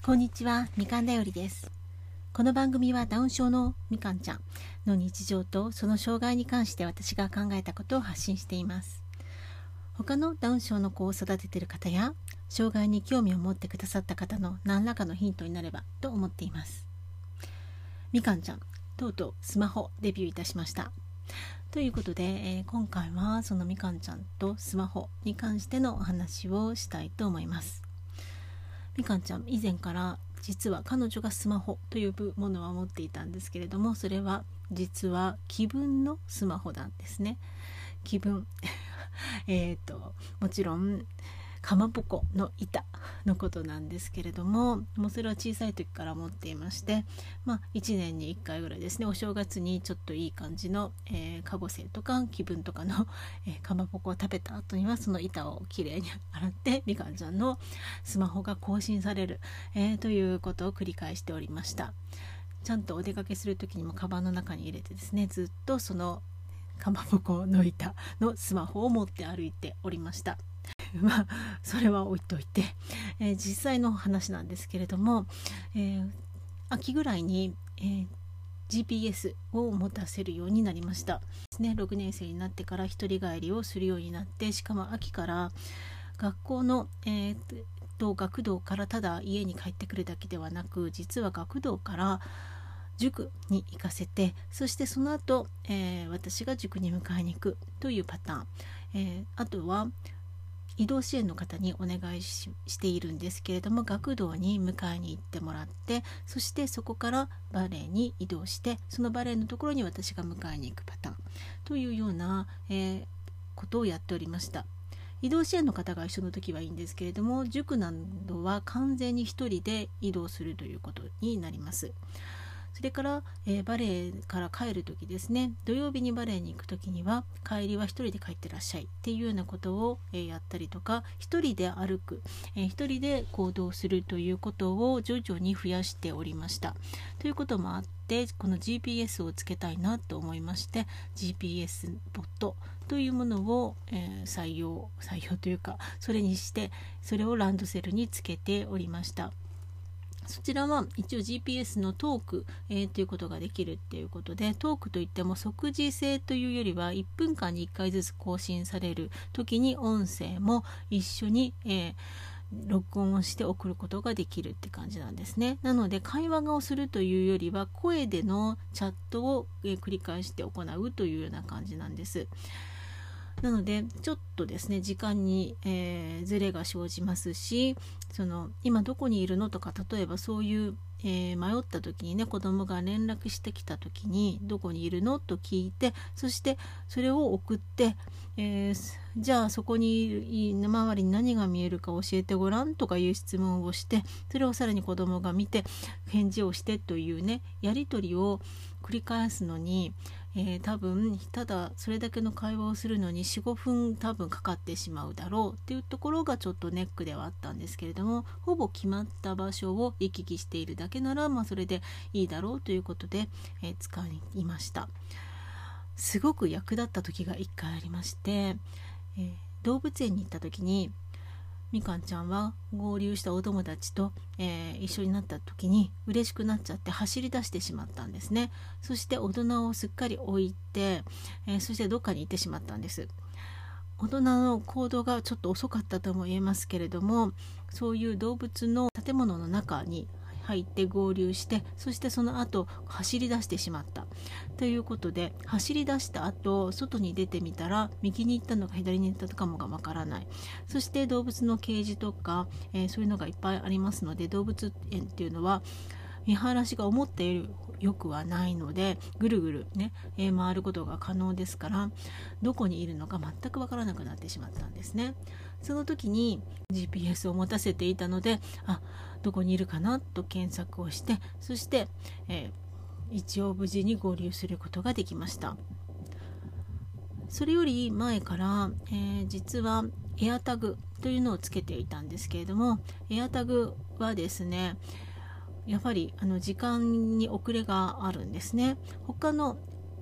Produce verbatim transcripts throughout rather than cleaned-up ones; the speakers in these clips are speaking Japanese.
こんにちは、みかんだよりです。この番組はダウン症のみかんちゃんの日常とその障害に関して私が考えたことを発信しています。他のダウン症の子を育てている方や障害に興味を持ってくださった方の何らかのヒントになればと思っています。みかんちゃん、とうとうスマホデビューいたしました。ということで、えー、今回はそのみかんちゃんとスマホに関してのお話をしたいと思います。みかんちゃん、以前から実は彼女がスマホというものは持っていたんですけれども、それは実は気分のスマホなんですね。気分えっともちろんかまぼこの板のことなんですけれども、もうそれは小さい時から持っていまして、まあ、いちねんにいっかいぐらいですね、お正月にちょっといい感じの、えー、かごせいとか気分とかの、えー、かまぼこを食べた後にはその板をきれいに洗ってみかんちゃんのスマホが更新される、えー、ということを繰り返しておりました。ちゃんとお出かけする時にもカバンの中に入れてですね、ずっとそのかまぼこの板のスマホを持って歩いておりました。まあそれは置いといて、えー、実際の話なんですけれども、えー、秋ぐらいに、えー、ジーピーエス を持たせるようになりましたですね。ろくねん生になってから一人帰りをするようになって、しかも秋から学校の、えー、と学童からただ家に帰ってくるだけではなく、実は学童から塾に行かせて、そしてその後、えー、私が塾に迎えに行くというパターン、えー、あとは移動支援の方にお願い し, しているんですけれども、学童に迎えに行ってもらって、そしてそこからバレエに移動して、そのバレエのところに私が迎えに行くパターンというような、えー、ことをやっておりました。移動支援の方が一緒の時はいいんですけれども、塾などは完全に一人で移動するということになります。それから、えー、バレエから帰る時ですね、土曜日にバレエに行く時には帰りは一人で帰ってらっしゃいっていうようなことを、えー、やったりとか、一人で歩く、えー、一人で行動するということを徐々に増やしておりました。ということもあって、この ジーピーエス をつけたいなと思いまして、 ジーピーエス ボットというものを、えー、採用採用というか、それにしてそれをランドセルにつけておりました。そちらは一応 ジーピーエス のトーク、えー、ということができるっていうことで、トークといっても即時性というよりはいっぷんかんにいっかいずつ更新される時に音声も一緒に、えー、録音をして送ることができるって感じなんですね。なので会話をするというよりは声でのチャットを、えー、繰り返して行うというような感じなんです。なのでちょっとですね、時間に、えー、ズレが生じますし、その今どこにいるのとか、例えばそういう、えー、迷った時にね、子供が連絡してきた時にどこにいるのと聞いて、そしてそれを送って、えー、じゃあそこに周りに何が見えるか教えてごらんとかいう質問をして、それをさらに子供が見て返事をしてというね、やり取りを繰り返すのに、えー、多分ただそれだけの会話をするのに よん、ごふん多分かかってしまうだろうっていうところがちょっとネックではあったんですけれども、ほぼ決まった場所を行き来しているだけなら、まあ、それでいいだろうということで、えー、使いました。すごく役立った時がいっかいありまして、えー、動物園に行った時にみかんちゃんは合流したお友達と、えー、一緒になった時に嬉しくなっちゃって走り出してしまったんですね。そして大人をすっかり置いて、えー、そしてどっかに行ってしまったんです。大人の行動がちょっと遅かったとも言えますけれども、そういう動物の建物の中に入って合流して、そしてその後走り出してしまったということで、走り出した後外に出てみたら右に行ったのか左に行ったのかもがわからない。そして動物のケージとか、えー、そういうのがいっぱいありますので、動物園っていうのは見晴らしが思ったよりよくはないので、ぐるぐるね、えー、回ることが可能ですから、どこにいるのか全くわからなくなってしまったんですね。その時に ジーピーエス を持たせていたので、あ、どこにいるかなと検索をして、そして、えー、一応無事に合流することができました。それより前から、えー、実はエアタグというのをつけていたんですけれども、エアタグはですね、やはりあの時間に遅れがあるんですね。他の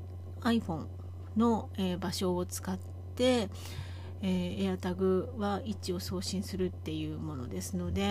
iPhone の、えー、場所を使って、えー、エアタグは位置を送信するっていうものですので、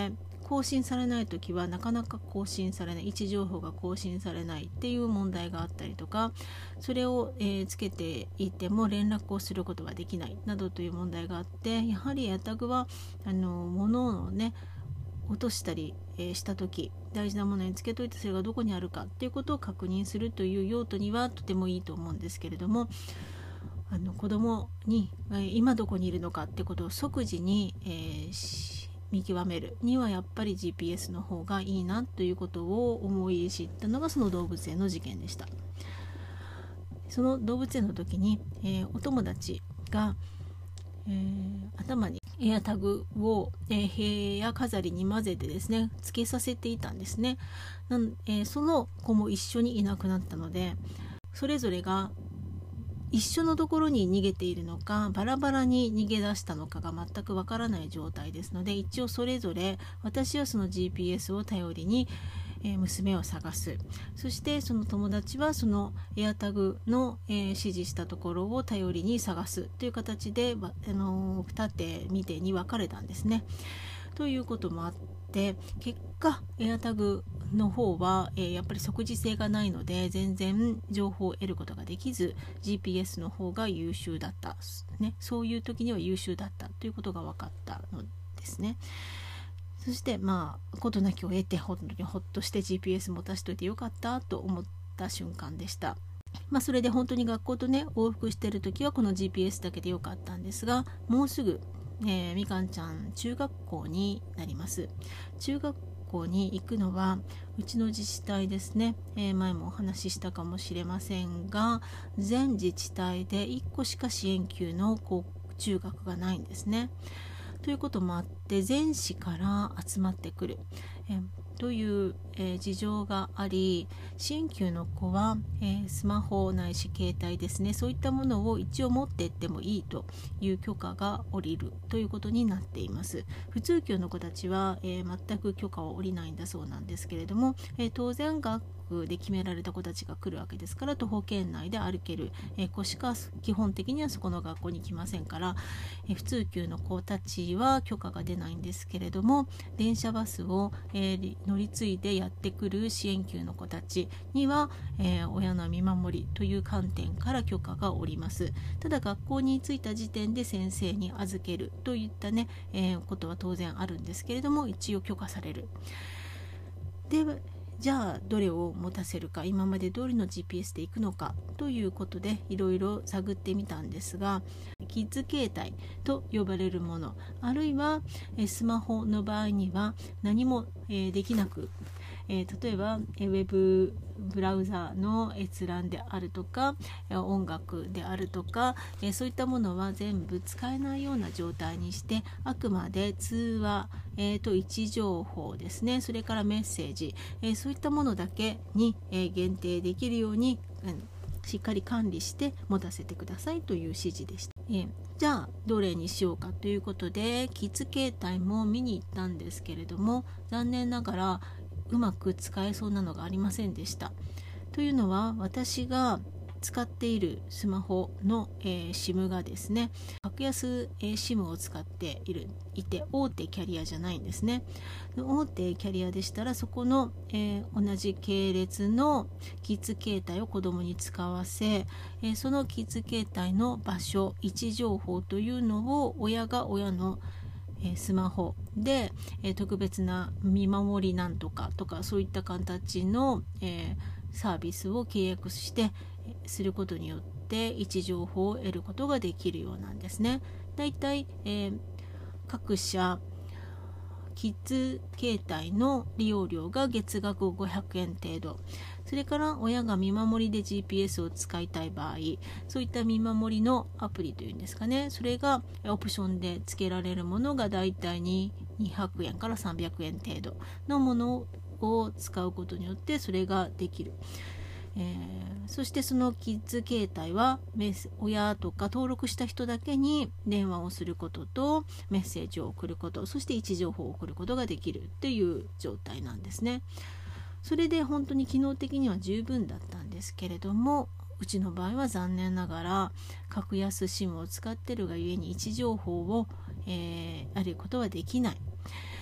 更新されないときはなかなか更新されない、位置情報が更新されないっていう問題があったりとか、それを、えー、つけていても連絡をすることができないなどという問題があって、やはりエアタグはあの物をね落としたり、えー、したとき、大事なものにつけといてそれがどこにあるかっていうことを確認するという用途にはとてもいいと思うんですけれども、あの子供に、えー、今どこにいるのかってことを即時に、えー、見極めるにはやっぱり ジーピーエス の方がいいなということを思い知ったのがその動物園の事件でした。その動物園の時に、えー、お友達が、えー、頭にエアタグを、えー、部屋飾りに混ぜてですねつけさせていたんですね。なん、えー、その子も一緒にいなくなったので、それぞれが一緒のところに逃げているのかバラバラに逃げ出したのかが全くわからない状態ですので、一応それぞれ私はその ジーピーエス を頼りに、えー、娘を探す、そしてその友達はそのエアタグの、えー、指示したところを頼りに探すという形で、あのー、二手二手に分かれたんですね。ということもあって結果エアタグの方は、えー、やっぱり即時性がないので全然情報を得ることができず ジーピーエス の方が優秀だった、ね、そういう時には優秀だったということが分かったのですね。そしてまあ事なきを得て本当にほっとして ジーピーエス 持たしといてよかったと思った瞬間でした。まあ、それで本当に学校とね往復してる時はこの ジーピーエス だけでよかったんですが、もうすぐえー、みかんちゃん中学校になります。中学校に行くのはうちの自治体ですね、えー、前もお話ししたかもしれませんが、全自治体でいっこしか支援級の高中学がないんですね。ということもあって全市から集まってくる、えーという、えー、事情があり、支援級の子は、えー、スマホないし携帯ですね、そういったものを一応持っていってもいいという許可が下りるということになっています。普通級の子たちは、えー、全く許可は下りないんだそうなんですけれども、えー、当然学で決められた子たちが来るわけですから、徒歩圏内で歩ける、えー、子しか基本的にはそこの学校に来ませんから、えー、普通級の子たちは許可が出ないんですけれども、電車バスを、えー、乗り継いでやってくる支援級の子たちには、えー、親の見守りという観点から許可が下ります。ただ学校に着いた時点で先生に預けるといったね、えー、ことは当然あるんですけれども、一応許可される。でじゃあどれを持たせるか、今まで通りの ジーピーエス で行くのかということでいろいろ探ってみたんですが、キッズ携帯と呼ばれるもの、あるいはスマホの場合には何もできなく、例えばウェブブラウザの閲覧であるとか音楽であるとか、そういったものは全部使えないような状態にして、あくまで通話、えー、と位置情報ですね、それからメッセージ、えー、そういったものだけに、えー、限定できるように、うん、しっかり管理して持たせてくださいという指示でした。えー、じゃあどれにしようかということでキッズ携帯も見に行ったんですけれども、残念ながらうまく使えそうなのがありませんでした。というのは私が使っているスマホの、えー、SIM がですね、格安、えー、SIM を使っているいて大手キャリアじゃないんですね。大手キャリアでしたらそこの、えー、同じ系列のキッズ携帯を子どもに使わせ、えー、そのキッズ携帯の場所位置情報というのを親が親のスマホで、えー、特別な見守りなんとかとかそういった形の、えー、サービスを契約してすることによって位置情報を得ることができるようなんですね。だいたい、えー、各社キッズ携帯の利用料が月額ごひゃくえん程度、それから親が見守りで ジーピーエス を使いたい場合、そういった見守りのアプリというんですかね、それがオプションで付けられるものがだいたいにひゃくえんからさんびゃくえん程度のものを使うことによってそれができる。えー、そしてそのキッズ携帯は親とか登録した人だけに電話をすることとメッセージを送ること、そして位置情報を送ることができるっていう状態なんですね。それで本当に機能的には十分だったんですけれども、うちの場合は残念ながら格安 SIM を使っているがゆえに位置情報を、えー、得ることはできない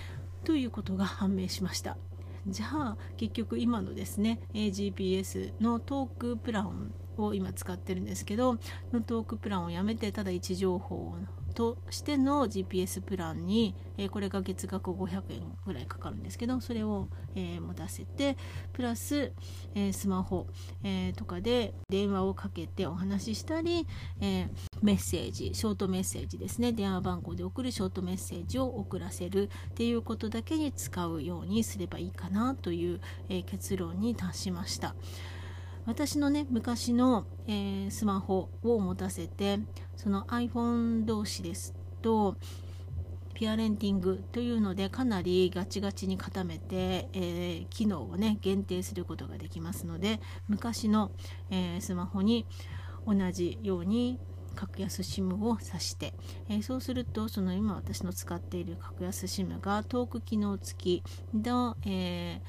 ということが判明しました。じゃあ結局今のですね ジーピーエス のトークプランを今使ってるんですけど、のトークプランをやめてただ位置情報としての ジーピーエス プランに、えー、これが月額ごひゃくえんぐらいかかるんですけど、それを、えー、持たせてプラス、えー、スマホ、えー、とかで電話をかけてお話ししたり、えー、メッセージショートメッセージですね、電話番号で送るショートメッセージを送らせるっていうことだけに使うようにすればいいかなという、えー、結論に達しました。私のね昔の、えー、スマホを持たせて、その iPhone 同士ですとピアレンティングというのでかなりガチガチに固めて、えー、機能をね限定することができますので、昔の、えー、スマホに同じように格安 SIM を挿して、えー、そうするとその今私の使っている格安 SIM がトーク機能付きの、えー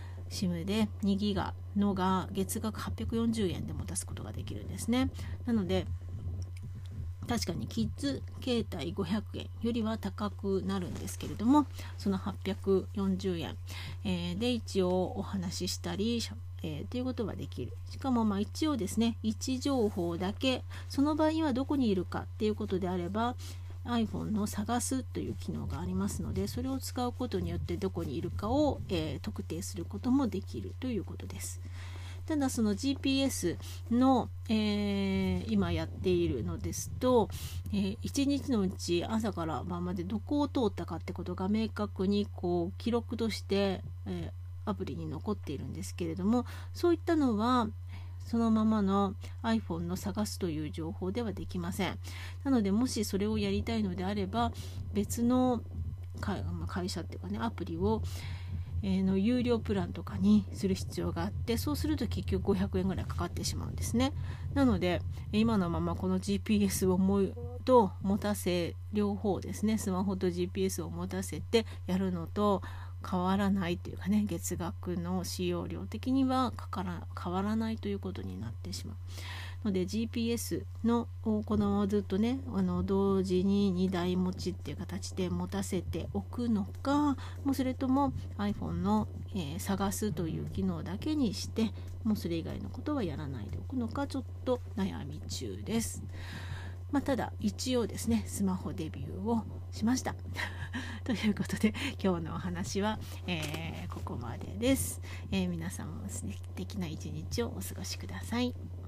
SIM でにギガのが月額はっぴゃくよんじゅうえんでも出すことができるんですね。なので確かにキッズ携帯ごひゃくえんよりは高くなるんですけれども、そのはっぴゃくよんじゅうえん、えー、で一応お話ししたり、えー、ということはできる。しかもまあ一応ですね、位置情報だけ、その場合はどこにいるかっていうことであればiPhone の探すという機能がありますので、それを使うことによってどこにいるかを、えー、特定することもできるということです。ただその ジーピーエス の、えー、今やっているのですと、えー、いちにちのうち朝から晩までどこを通ったかってことが明確にこう記録として、えー、アプリに残っているんですけれども、そういったのはそのままの iPhone の探すという情報ではできません。なのでもしそれをやりたいのであれば別の会社っていうかねアプリを、えー、の有料プランとかにする必要があって、そうすると結局ごひゃくえんぐらいかかってしまうんですね。なので今のままこの ジーピーエス をもと持たせ両方ですね、スマホと ジーピーエス を持たせてやるのと変わらないというかね、月額の使用料的にはかから変わらないということになってしまうので、 ジーピーエス のこのままずっとねあの同時ににだい持ちっていう形で持たせておくのか、もうそれとも iPhone の、えー、探すという機能だけにしてもうそれ以外のことはやらないでおくのか、ちょっと悩み中です。まあ、ただ一応ですねスマホデビューをしましたということで今日のお話は、えー、ここまでです。えー、皆さんも素敵な一日をお過ごしください。